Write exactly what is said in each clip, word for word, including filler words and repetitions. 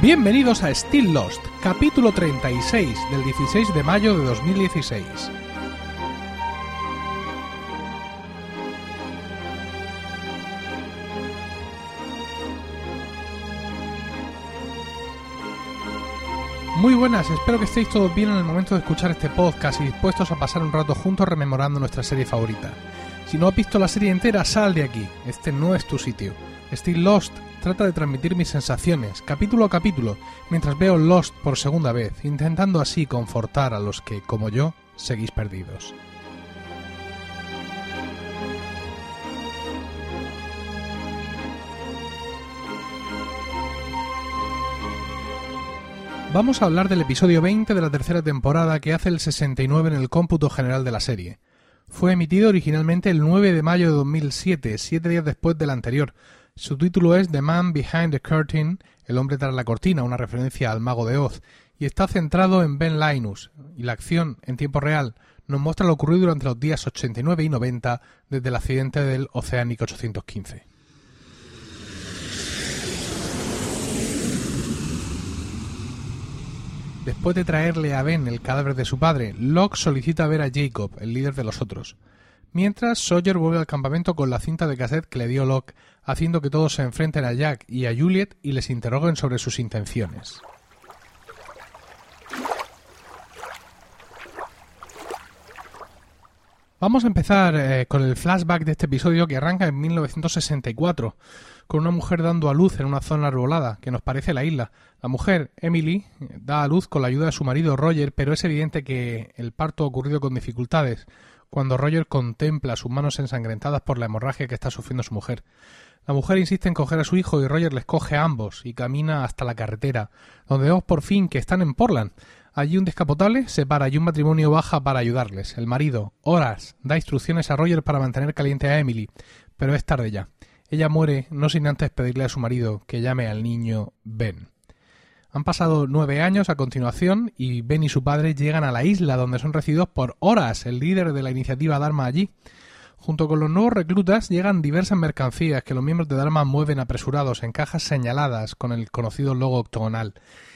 Bienvenidos a Still Lost, capítulo treinta y seis del dieciséis de mayo de dos mil dieciséis. Muy buenas, espero que estéis todos bien en el momento de escuchar este podcast y dispuestos a pasar un rato juntos rememorando nuestra serie favorita. Si no has visto la serie entera, sal de aquí, este no es tu sitio. Still Lost trata de transmitir mis sensaciones, capítulo a capítulo, mientras veo Lost por segunda vez, intentando así confortar a los que, como yo, seguís perdidos. Vamos a hablar del episodio veinte de la tercera temporada, que hace el sesenta y nueve en el cómputo general de la serie. Fue emitido originalmente el nueve de mayo de dos mil siete, siete días después del anterior. Su título es The Man Behind the Curtain, el hombre tras la cortina, una referencia al Mago de Oz, y está centrado en Ben Linus, y la acción, en tiempo real, nos muestra lo ocurrido durante los días ochenta y nueve y noventa desde el accidente del Oceanic ochocientos quince. Después de traerle a Ben el cadáver de su padre, Locke solicita ver a Jacob, el líder de los otros. Mientras, Sawyer vuelve al campamento con la cinta de cassette que le dio Locke, haciendo que todos se enfrenten a Jack y a Juliet y les interroguen sobre sus intenciones. Vamos a empezar eh, con el flashback de este episodio, que arranca en mil novecientos sesenta y cuatro, con una mujer dando a luz en una zona arbolada, que nos parece la isla. La mujer, Emily, da a luz con la ayuda de su marido Roger, pero es evidente que el parto ha ocurrido con dificultades, cuando Roger contempla sus manos ensangrentadas por la hemorragia que está sufriendo su mujer. La mujer insiste en coger a su hijo y Roger les coge a ambos y camina hasta la carretera, donde vemos por fin que están en Portland. Allí un descapotable se para y un matrimonio baja para ayudarles. El marido, Horace, da instrucciones a Roger para mantener caliente a Emily, pero es tarde ya. Ella muere no sin antes pedirle a su marido que llame al niño Ben. Han pasado nueve años a continuación y Ben y su padre llegan a la isla, donde son recibidos por Horace, el líder de la iniciativa Dharma allí. Junto con los nuevos reclutas llegan diversas mercancías que los miembros de Dharma mueven apresurados en cajas señaladas con el conocido logo octogonal.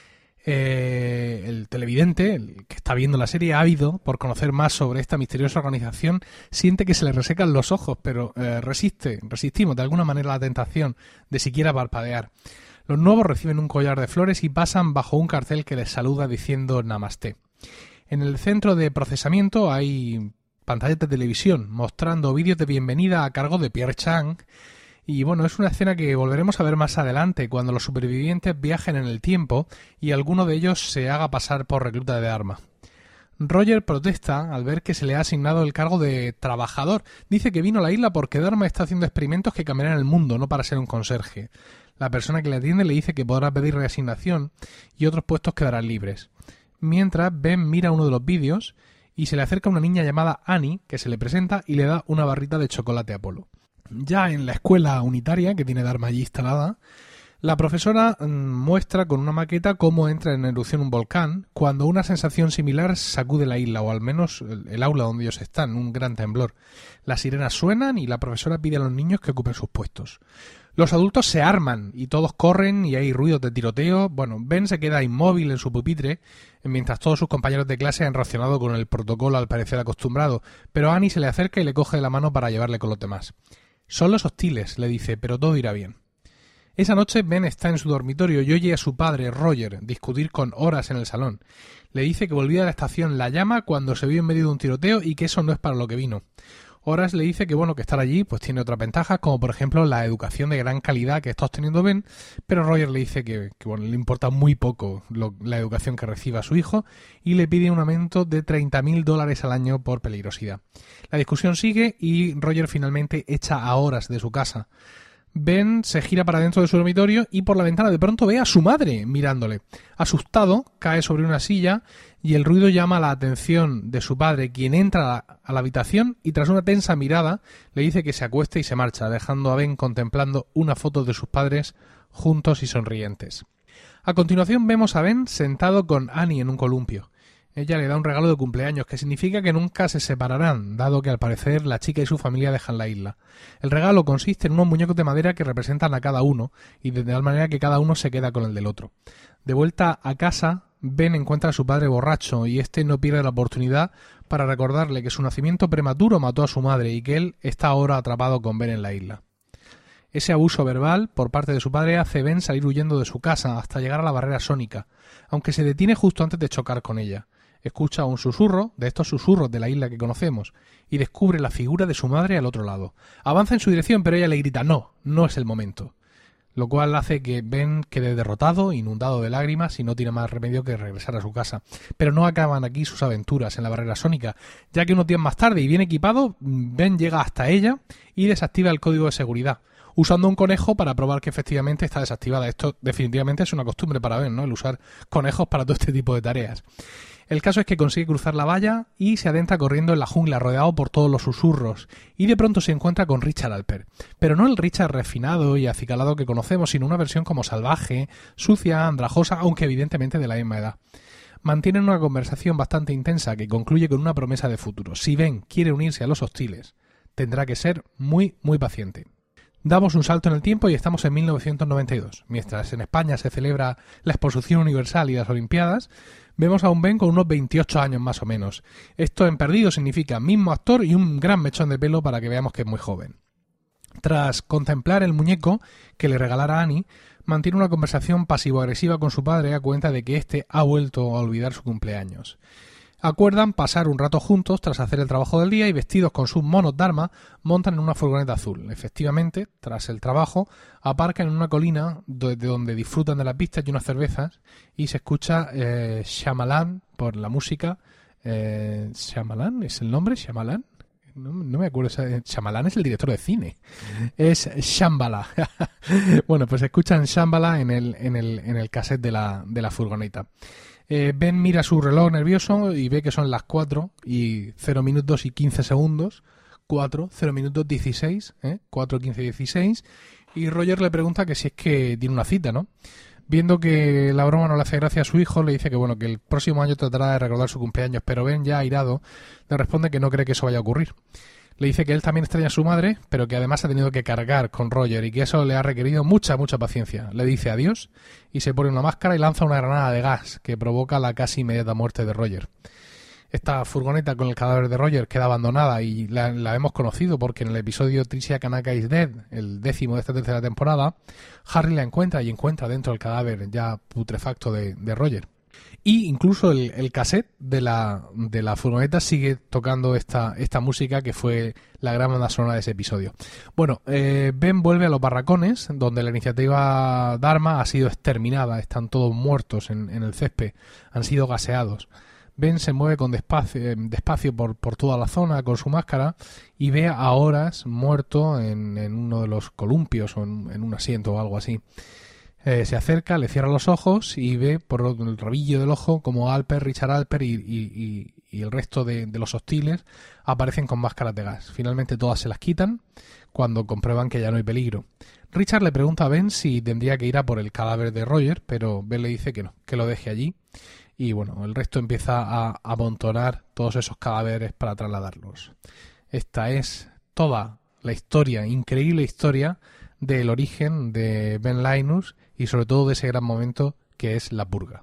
Eh, el televidente, el que está viendo la serie, ávido por conocer más sobre esta misteriosa organización, siente que se le resecan los ojos, pero eh, resiste, resistimos de alguna manera la tentación de siquiera parpadear. Los nuevos reciben un collar de flores y pasan bajo un cartel que les saluda diciendo Namaste. En el centro de procesamiento hay pantallas de televisión mostrando vídeos de bienvenida a cargo de Pierre Chang. Y bueno, es una escena que volveremos a ver más adelante, cuando los supervivientes viajen en el tiempo y alguno de ellos se haga pasar por recluta de Dharma. Roger protesta al ver que se le ha asignado el cargo de trabajador. Dice que vino a la isla porque Dharma está haciendo experimentos que cambiarán el mundo, no para ser un conserje. La persona que le atiende le dice que podrá pedir reasignación y otros puestos quedarán libres. Mientras, Ben mira uno de los vídeos y se le acerca una niña llamada Annie, que se le presenta y le da una barrita de chocolate a Apolo. Ya en la escuela unitaria, que tiene Dharma allí instalada, la profesora mmm, muestra con una maqueta cómo entra en erupción un volcán cuando una sensación similar sacude la isla, o al menos el, el aula donde ellos están, un gran temblor. Las sirenas suenan y la profesora pide a los niños que ocupen sus puestos. Los adultos se arman y todos corren y hay ruidos de tiroteo. Bueno, Ben se queda inmóvil en su pupitre mientras todos sus compañeros de clase han reaccionado con el protocolo al parecer acostumbrado, pero Annie se le acerca y le coge de la mano para llevarle con los demás. Son los hostiles, le dice, pero todo irá bien. Esa noche Ben está en su dormitorio y oye a su padre, Roger, discutir con Horace en el salón. Le dice que volvía a la estación La Llama cuando se vio en medio de un tiroteo y que eso no es para lo que vino. Horace le dice que bueno, que estar allí pues tiene otras ventajas, como por ejemplo la educación de gran calidad que está obteniendo Ben, pero Roger le dice que, que bueno, le importa muy poco lo, la educación que reciba su hijo y le pide un aumento de treinta mil dólares al año por peligrosidad. La discusión sigue y Roger finalmente echa a Horace de su casa. Ben se gira para dentro de su dormitorio y por la ventana de pronto ve a su madre mirándole. Asustado, cae sobre una silla y el ruido llama la atención de su padre, quien entra a la, a la habitación y tras una tensa mirada le dice que se acueste y se marcha, dejando a Ben contemplando una foto de sus padres juntos y sonrientes. A continuación vemos a Ben sentado con Annie en un columpio. Ella le da un regalo de cumpleaños, que significa que nunca se separarán, dado que al parecer la chica y su familia dejan la isla. El regalo consiste en unos muñecos de madera que representan a cada uno, y de tal manera que cada uno se queda con el del otro. De vuelta a casa, Ben encuentra a su padre borracho, y este no pierde la oportunidad para recordarle que su nacimiento prematuro mató a su madre y que él está ahora atrapado con Ben en la isla. Ese abuso verbal por parte de su padre hace a Ben salir huyendo de su casa hasta llegar a la barrera sónica, aunque se detiene justo antes de chocar con ella. Escucha un susurro, de estos susurros de la isla que conocemos, y descubre la figura de su madre al otro lado. Avanza en su dirección, pero ella le grita no, no es el momento. Lo cual hace que Ben quede derrotado, inundado de lágrimas y no tiene más remedio que regresar a su casa. Pero no acaban aquí sus aventuras en la barrera sónica, ya que unos días más tarde y bien equipado, Ben llega hasta ella y desactiva el código de seguridad, usando un conejo para probar que efectivamente está desactivada. Esto definitivamente es una costumbre para Ben, ¿no? El usar conejos para todo este tipo de tareas. El caso es que consigue cruzar la valla y se adentra corriendo en la jungla, rodeado por todos los susurros, y de pronto se encuentra con Richard Alpert. Pero no el Richard refinado y acicalado que conocemos, sino una versión como salvaje, sucia, andrajosa, aunque evidentemente de la misma edad. Mantienen una conversación bastante intensa que concluye con una promesa de futuro. Si Ben quiere unirse a los hostiles, tendrá que ser muy, muy paciente. Damos un salto en el tiempo y estamos en mil novecientos noventa y dos. Mientras en España se celebra la Exposición Universal y las Olimpiadas, vemos a un Ben con unos veintiocho años más o menos. Esto en Perdido significa mismo actor y un gran mechón de pelo para que veamos que es muy joven. Tras contemplar el muñeco que le regalara Annie, mantiene una conversación pasivo-agresiva con su padre a cuenta de que éste ha vuelto a olvidar su cumpleaños. Acuerdan pasar un rato juntos tras hacer el trabajo del día y vestidos con sus monos Dharma montan en una furgoneta azul. Efectivamente, tras el trabajo, aparcan en una colina desde donde disfrutan de las vistas y unas cervezas y se escucha eh, Shyamalan por la música. Eh, ¿Shyamalan es el nombre? ¿Shyamalan? No, no me acuerdo. Shyamalan es el director de cine. Es Shambhala. Bueno, pues escuchan Shambhala en el, en el, en el cassette de la, de la furgoneta. Eh, Ben mira su reloj nervioso y ve que son las cuatro y cero minutos y quince segundos. cuatro, cero minutos dieciséis, ¿eh? cuatro, quince, dieciséis. Y Roger le pregunta que si es que tiene una cita, ¿no? Viendo que la broma no le hace gracia a su hijo, le dice que bueno, que el próximo año tratará de recordar su cumpleaños, pero Ben, ya airado, le responde que no cree que eso vaya a ocurrir. Le dice que él también extraña a su madre, pero que además ha tenido que cargar con Roger y que eso le ha requerido mucha, mucha paciencia. Le dice adiós y se pone una máscara y lanza una granada de gas que provoca la casi inmediata muerte de Roger. Esta furgoneta con el cadáver de Roger queda abandonada y la, la hemos conocido porque en el episodio Tricia Kanaka is Dead, el décimo de esta tercera temporada, Harry la encuentra y encuentra dentro el cadáver ya putrefacto de, de Roger. Y incluso el, el cassette de la, de la furgoneta sigue tocando esta, esta música que fue la gran banda sonora de ese episodio. Bueno, eh, Ben vuelve a los barracones, donde la iniciativa Dharma ha sido exterminada, están todos muertos en, en el césped, han sido gaseados. Ben se mueve con despacio, despacio por, por toda la zona con su máscara y ve a Horace muerto en, en uno de los columpios o en, en un asiento o algo así. Eh, se acerca, le cierra los ojos y ve por el rabillo del ojo como Alpert, Richard Alpert y, y, y, y el resto de, de los hostiles aparecen con máscaras de gas. Finalmente todas se las quitan cuando comprueban que ya no hay peligro. Richard le pregunta a Ben si tendría que ir a por el cadáver de Roger, pero Ben le dice que no, que lo deje allí. Y bueno, el resto empieza a amontonar todos esos cadáveres para trasladarlos. Esta es toda la historia, increíble historia del origen de Ben Linus y sobre todo de ese gran momento que es la purga.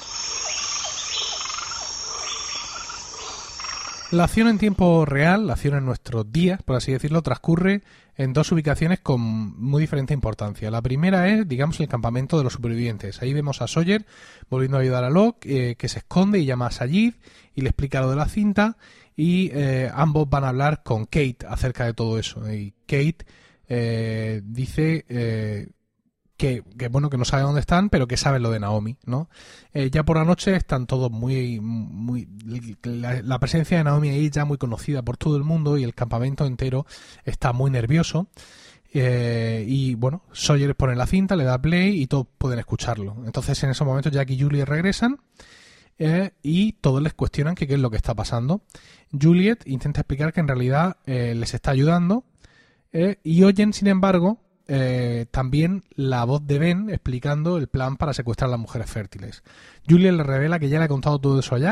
La acción en tiempo real, la acción en nuestros días, por así decirlo, transcurre en dos ubicaciones con muy diferente importancia. La primera es, digamos, el campamento de los supervivientes. Ahí vemos a Sawyer volviendo a ayudar a Locke, eh, que se esconde y llama a Sayid y le explica lo de la cinta y eh, ambos van a hablar con Kate acerca de todo eso. Y Kate eh, dice... Eh, Que, que bueno, que no sabe dónde están, pero que sabe lo de Naomi, ¿no? Eh, ya por la noche están todos muy... muy la, la presencia de Naomi ahí ya muy conocida por todo el mundo y el campamento entero está muy nervioso. Eh, y bueno, Sawyer pone la cinta, le da play y todos pueden escucharlo. Entonces en esos momentos Jack y Juliet regresan eh, y todos les cuestionan que qué es lo que está pasando. Juliet intenta explicar que en realidad eh, les está ayudando eh, y oyen, sin embargo... Eh, también la voz de Ben explicando el plan para secuestrar a las mujeres fértiles. Juliet le revela que ya le ha contado todo eso a Jack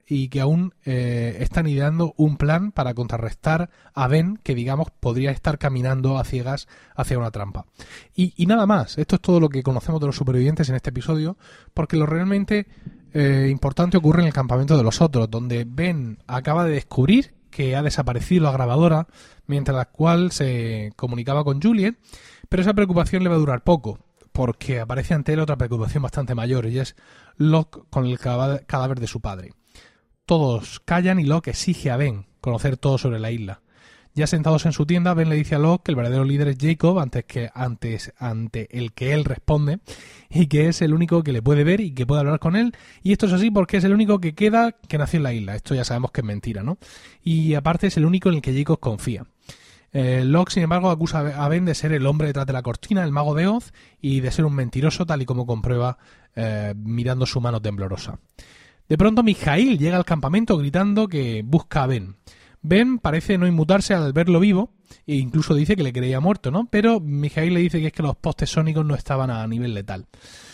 y que aún eh, están ideando un plan para contrarrestar a Ben, que digamos podría estar caminando a ciegas hacia una trampa. Y, y nada más, esto es todo lo que conocemos de los supervivientes en este episodio, porque lo realmente eh, importante ocurre en el campamento de los otros, donde Ben acaba de descubrir que ha desaparecido la grabadora, mientras la cual se comunicaba con Juliet, pero esa preocupación le va a durar poco, porque aparece ante él otra preocupación bastante mayor, y es Locke con el cadáver de su padre. Todos callan y Locke exige a Ben conocer todo sobre la isla. Ya sentados en su tienda, Ben le dice a Locke que el verdadero líder es Jacob antes que antes ante el que él responde, y que es el único que le puede ver y que puede hablar con él, y esto es así porque es el único que queda que nació en la isla. Esto ya sabemos que es mentira, ¿no? Y aparte es el único en el que Jacob confía. Eh, Locke, sin embargo, acusa a Ben de ser el hombre detrás de la cortina, el mago de Oz, y de ser un mentiroso, tal y como comprueba eh, mirando su mano temblorosa. De pronto Mijaíl llega al campamento gritando que busca a Ben. Ben parece no inmutarse al verlo vivo e incluso dice que le creía muerto, ¿no? Pero Mijaíl le dice que es que los postes sónicos no estaban a nivel letal.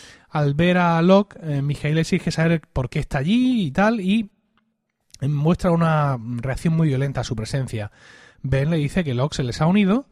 Al ver a Locke, eh, Mijaíl exige saber por qué está allí y tal, y muestra una reacción muy violenta a su presencia. Ben le dice que Locke se les ha unido,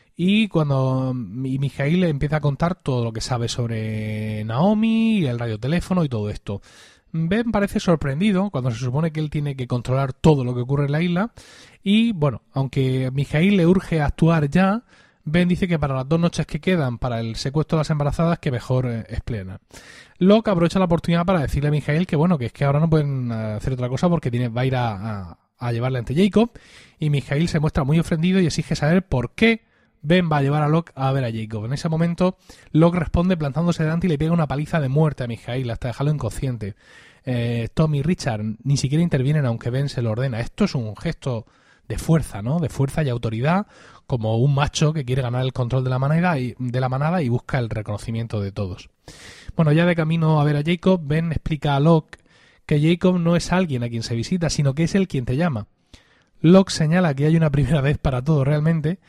y cuando y Mijaíl le empieza a contar todo lo que sabe sobre Naomi, el radioteléfono y todo esto. Ben parece sorprendido cuando se supone que él tiene que controlar todo lo que ocurre en la isla, y bueno, aunque Mijaíl le urge a actuar ya, Ben dice que para las dos noches que quedan para el secuestro de las embarazadas, que mejor eh, es plena. Locke aprovecha la oportunidad para decirle a Mijaíl que bueno, que es que ahora no pueden hacer otra cosa porque tiene, va a ir a, a, a llevarle ante Jacob, y Mijaíl se muestra muy ofendido y exige saber por qué Ben va a llevar a Locke a ver a Jacob. En ese momento, Locke responde plantándose delante y le pega una paliza de muerte a Mijaíl hasta dejarlo inconsciente. Eh, Tom y Richard ni siquiera intervienen aunque Ben se lo ordena. Esto es un gesto de fuerza, ¿no? De fuerza y autoridad, como un macho que quiere ganar el control de la manada y, de la manada y busca el reconocimiento de todos. Bueno, ya de camino a ver a Jacob, Ben explica a Locke que Jacob no es alguien a quien se visita, sino que es él quien te llama. Locke señala que hay una primera vez para todo realmente.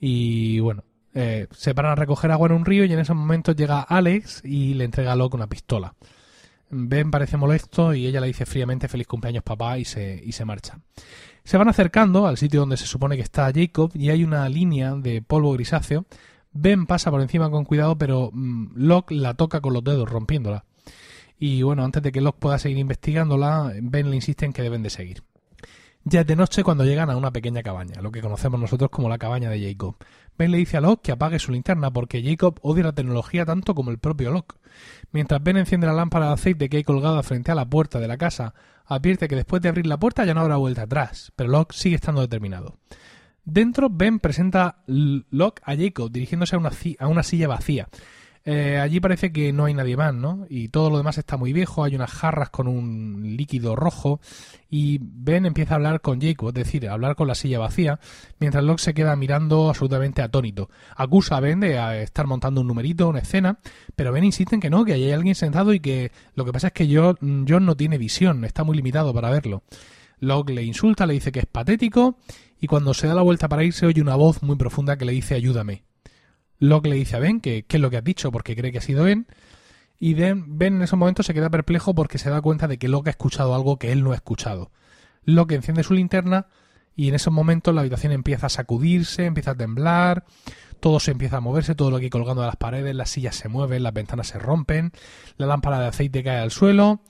Y bueno, eh, se paran a recoger agua en un río y en esos momentos llega Alex y le entrega a Locke una pistola. Ben parece molesto y ella le dice fríamente feliz cumpleaños papá y se, y se marcha. Se van acercando al sitio donde se supone que está Jacob y hay una línea de polvo grisáceo. Ben pasa por encima con cuidado, pero mmm, Locke la toca con los dedos rompiéndola. Y bueno, antes de que Locke pueda seguir investigándola, Ben le insiste en que deben de seguir. Ya es de noche cuando llegan a una pequeña cabaña, lo que conocemos nosotros como la cabaña de Jacob. Ben le dice a Locke que apague su linterna porque Jacob odia la tecnología tanto como el propio Locke. Mientras Ben enciende la lámpara de aceite que hay colgada frente a la puerta de la casa, advierte que después de abrir la puerta ya no habrá vuelta atrás, pero Locke sigue estando determinado. Dentro, Ben presenta a Locke a Jacob dirigiéndose a una, a una silla vacía. Eh, allí parece que no hay nadie más, ¿no? Y todo lo demás está muy viejo, hay unas jarras con un líquido rojo y Ben empieza a hablar con Jacob, es decir, a hablar con la silla vacía, mientras Locke se queda mirando absolutamente atónito. Acusa a Ben de estar montando un numerito, una escena, pero Ben insiste en que no, que hay alguien sentado y que lo que pasa es que John, John no tiene visión, está muy limitado para verlo. Locke le insulta, le dice que es patético y cuando se da la vuelta para irse oye una voz muy profunda que le dice ayúdame. Locke le dice a Ben que qué es lo que has dicho porque cree que ha sido Ben y Ben, Ben en esos momentos se queda perplejo porque se da cuenta de que Locke ha escuchado algo que él no ha escuchado. Locke enciende su linterna y en esos momentos la habitación empieza a sacudirse, empieza a temblar, todo se empieza a moverse, todo lo que hay colgando de las paredes, las sillas se mueven, las ventanas se rompen, la lámpara de aceite cae al suelo,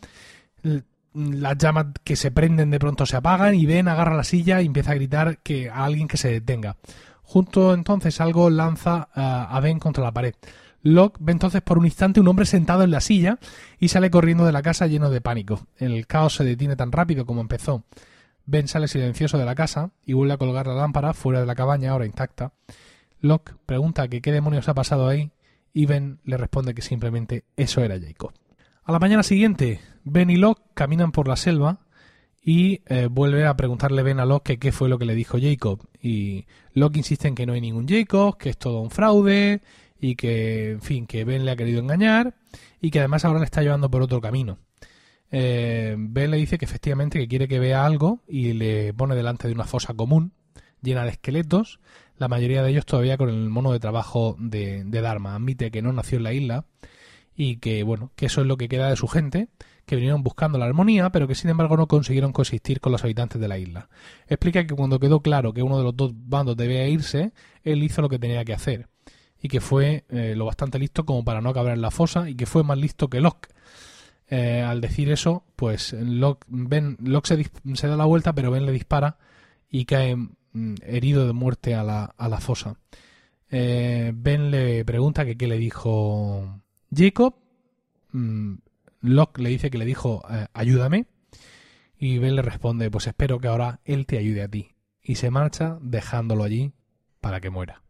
las llamas que se prenden de pronto se apagan y Ben agarra la silla y empieza a gritar que a alguien que se detenga. Justo entonces algo lanza uh, a Ben contra la pared. Locke ve entonces por un instante un hombre sentado en la silla y sale corriendo de la casa lleno de pánico. El caos se detiene tan rápido como empezó. Ben sale silencioso de la casa y vuelve a colgar la lámpara fuera de la cabaña, ahora intacta. Locke pregunta que qué demonios ha pasado ahí y Ben le responde que simplemente eso era Jacob. A la mañana siguiente, Ben y Locke caminan por la selva y eh, vuelve a preguntarle Ben a Locke que qué fue lo que le dijo Jacob. Y Locke insiste en que no hay ningún Jacob, que es todo un fraude y que, en fin, que Ben le ha querido engañar y que además ahora le está llevando por otro camino. Eh, Ben le dice que efectivamente que quiere que vea algo y le pone delante de una fosa común llena de esqueletos, la mayoría de ellos todavía con el mono de trabajo de, de Dharma. Admite que no nació en la isla y que, bueno, que eso es lo que queda de su gente, que vinieron buscando la armonía, pero que sin embargo no consiguieron coexistir con los habitantes de la isla. Explica que cuando quedó claro que uno de los dos bandos debía irse, él hizo lo que tenía que hacer, y que fue eh, lo bastante listo como para no acabar en la fosa, y que fue más listo que Locke. Eh, al decir eso, pues Locke, Ben, Locke se, se da la vuelta, pero Ben le dispara y cae mm, herido de muerte a la, a la fosa. Eh, Ben le pregunta que qué le dijo Jacob. Mm, Locke le dice que le dijo eh, ayúdame, y Ben le responde pues espero que ahora él te ayude a ti, y se marcha dejándolo allí para que muera.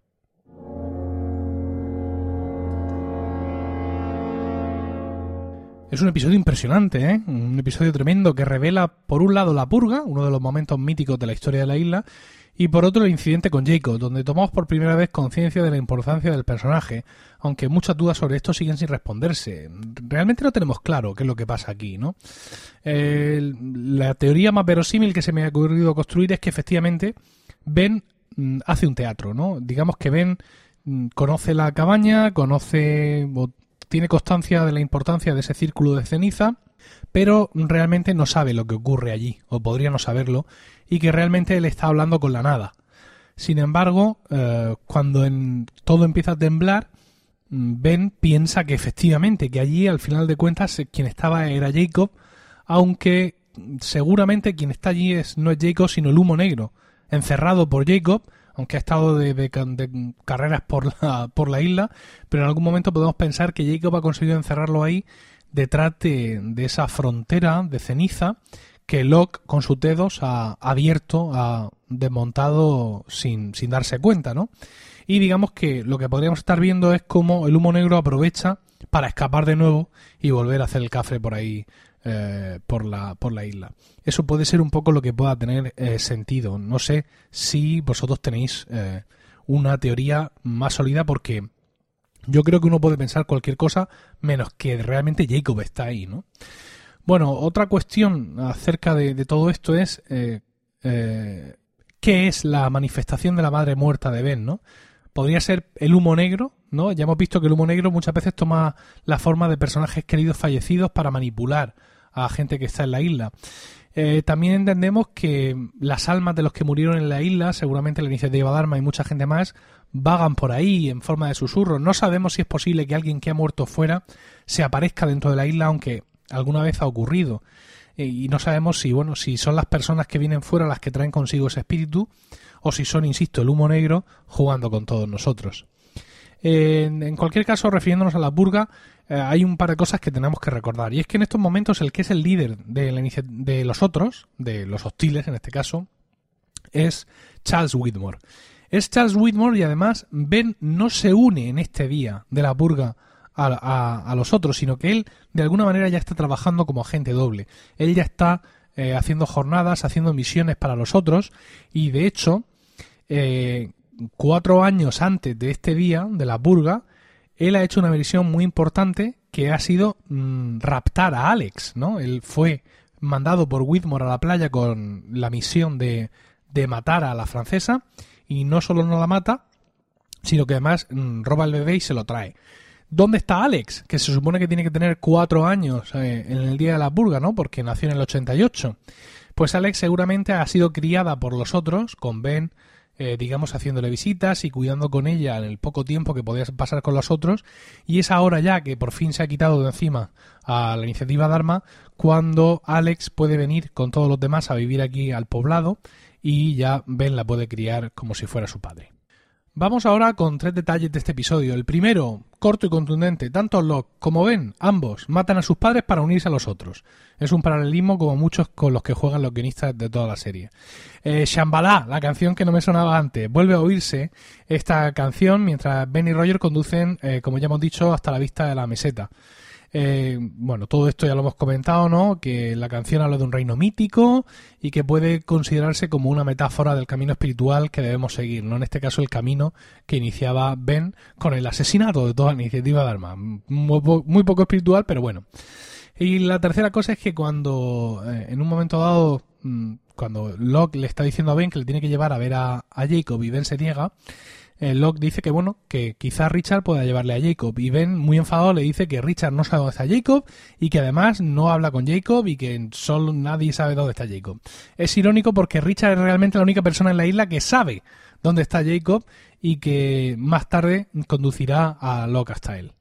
Es un episodio impresionante, ¿eh? Un episodio tremendo que revela, por un lado, la purga, uno de los momentos míticos de la historia de la isla, y por otro el incidente con Jacob, donde tomamos por primera vez conciencia de la importancia del personaje, aunque muchas dudas sobre esto siguen sin responderse. Realmente no tenemos claro qué es lo que pasa aquí, ¿no? Eh, la teoría más verosímil que se me ha ocurrido construir es que efectivamente Ben mm, hace un teatro, ¿no? Digamos que Ben mm, conoce la cabaña, conoce... tiene constancia de la importancia de ese círculo de ceniza, pero realmente no sabe lo que ocurre allí, o podría no saberlo, y que realmente él está hablando con la nada. Sin embargo, eh, cuando en, todo empieza a temblar, Ben piensa que efectivamente, que allí al final de cuentas quien estaba era Jacob, aunque seguramente quien está allí es, no es Jacob, sino el humo negro, encerrado por Jacob, aunque ha estado de, de, de carreras por la, por la isla, pero en algún momento podemos pensar que Jacob ha conseguido encerrarlo ahí detrás de, de esa frontera de ceniza que Locke con sus dedos ha abierto, ha desmontado sin, sin darse cuenta, ¿no? Y digamos que lo que podríamos estar viendo es cómo el humo negro aprovecha para escapar de nuevo y volver a hacer el cafre por ahí, eh, por la, por la isla. Eso puede ser un poco lo que pueda tener eh, sentido. No sé si vosotros tenéis eh, una teoría más sólida, porque yo creo que uno puede pensar cualquier cosa menos que realmente Jacob está ahí, ¿no? Bueno, otra cuestión acerca de, de todo esto es eh, eh, ¿qué es la manifestación de la madre muerta de Ben, ¿no? Podría ser el humo negro, ¿no? Ya hemos visto que el humo negro muchas veces toma la forma de personajes queridos fallecidos para manipular a gente que está en la isla. Eh, también entendemos que las almas de los que murieron en la isla, seguramente la iniciativa Dharma y mucha gente más, vagan por ahí en forma de susurros. No sabemos si es posible que alguien que ha muerto fuera se aparezca dentro de la isla, aunque alguna vez ha ocurrido. Eh, y no sabemos si, bueno, si son las personas que vienen fuera las que traen consigo ese espíritu, o si son, insisto, el humo negro jugando con todos nosotros. Eh, en, en cualquier caso, refiriéndonos a la purga, eh, hay un par de cosas que tenemos que recordar. Y es que en estos momentos el que es el líder de, la inicia- de los otros, de los hostiles en este caso, es Charles Widmore. Es Charles Widmore, y además Ben no se une en este día de la purga a, a, a los otros, sino que él de alguna manera ya está trabajando como agente doble. Él ya está eh, haciendo jornadas, haciendo misiones para los otros, y de hecho, eh, cuatro años antes de este día de la purga, él ha hecho una misión muy importante que ha sido mmm, raptar a Alex, ¿no? Él fue mandado por Widmore a la playa con la misión de, de matar a la francesa, y no solo no la mata, sino que además mmm, roba el bebé y se lo trae. ¿Dónde está Alex? Que se supone que tiene que tener cuatro años eh, en el día de la purga, ¿no? Porque nació en el ochenta y ocho. Pues Alex seguramente ha sido criada por los otros, con Ben, eh, digamos, haciéndole visitas y cuidando con ella en el poco tiempo que podía pasar con los otros, y es ahora ya que por fin se ha quitado de encima a la iniciativa Dharma cuando Alex puede venir con todos los demás a vivir aquí al poblado, y ya Ben la puede criar como si fuera su padre. Vamos ahora con tres detalles de este episodio. El primero, corto y contundente. Tanto Locke como Ben, ambos, matan a sus padres para unirse a los otros. Es un paralelismo como muchos con los que juegan los guionistas de toda la serie. Eh, Shambhala, la canción que no me sonaba antes. Vuelve a oírse esta canción mientras Ben y Roger conducen, eh, como ya hemos dicho, hasta la vista de la meseta. Eh, bueno, todo esto ya lo hemos comentado, ¿no? Que la canción habla de un reino mítico y que puede considerarse como una metáfora del camino espiritual que debemos seguir, ¿no? En este caso, el camino que iniciaba Ben con el asesinato de toda la iniciativa Dharma. Muy, muy poco espiritual, pero bueno. Y la tercera cosa es que cuando, eh, en un momento dado, cuando Locke le está diciendo a Ben que le tiene que llevar a ver a, a Jacob y Ben se niega, eh, Locke dice que bueno, que quizá Richard pueda llevarle a Jacob, y Ben, muy enfadado, le dice que Richard no sabe dónde está Jacob y que además no habla con Jacob y que solo nadie sabe dónde está Jacob. Es irónico porque Richard es realmente la única persona en la isla que sabe dónde está Jacob y que más tarde conducirá a Locke hasta él.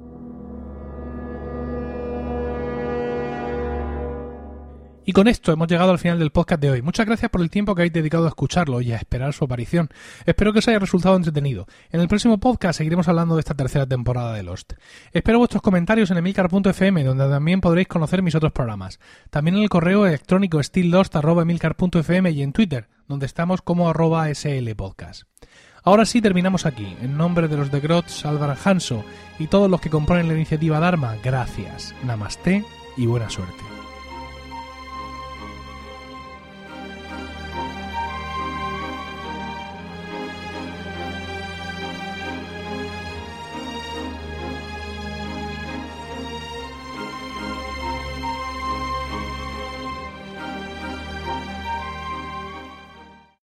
Y con esto hemos llegado al final del podcast de hoy. Muchas gracias por el tiempo que habéis dedicado a escucharlo y a esperar su aparición. Espero que os haya resultado entretenido. En el próximo podcast seguiremos hablando de esta tercera temporada de Lost. Espero vuestros comentarios en emilcar punto f m, donde también podréis conocer mis otros programas. También en el correo electrónico stilllost arroba emilcar punto f m y en Twitter, donde estamos como arroba slpodcast. Ahora sí terminamos aquí. En nombre de los de Grots, Álvaro Hanso y todos los que componen la iniciativa Dharma, gracias, namaste y buena suerte.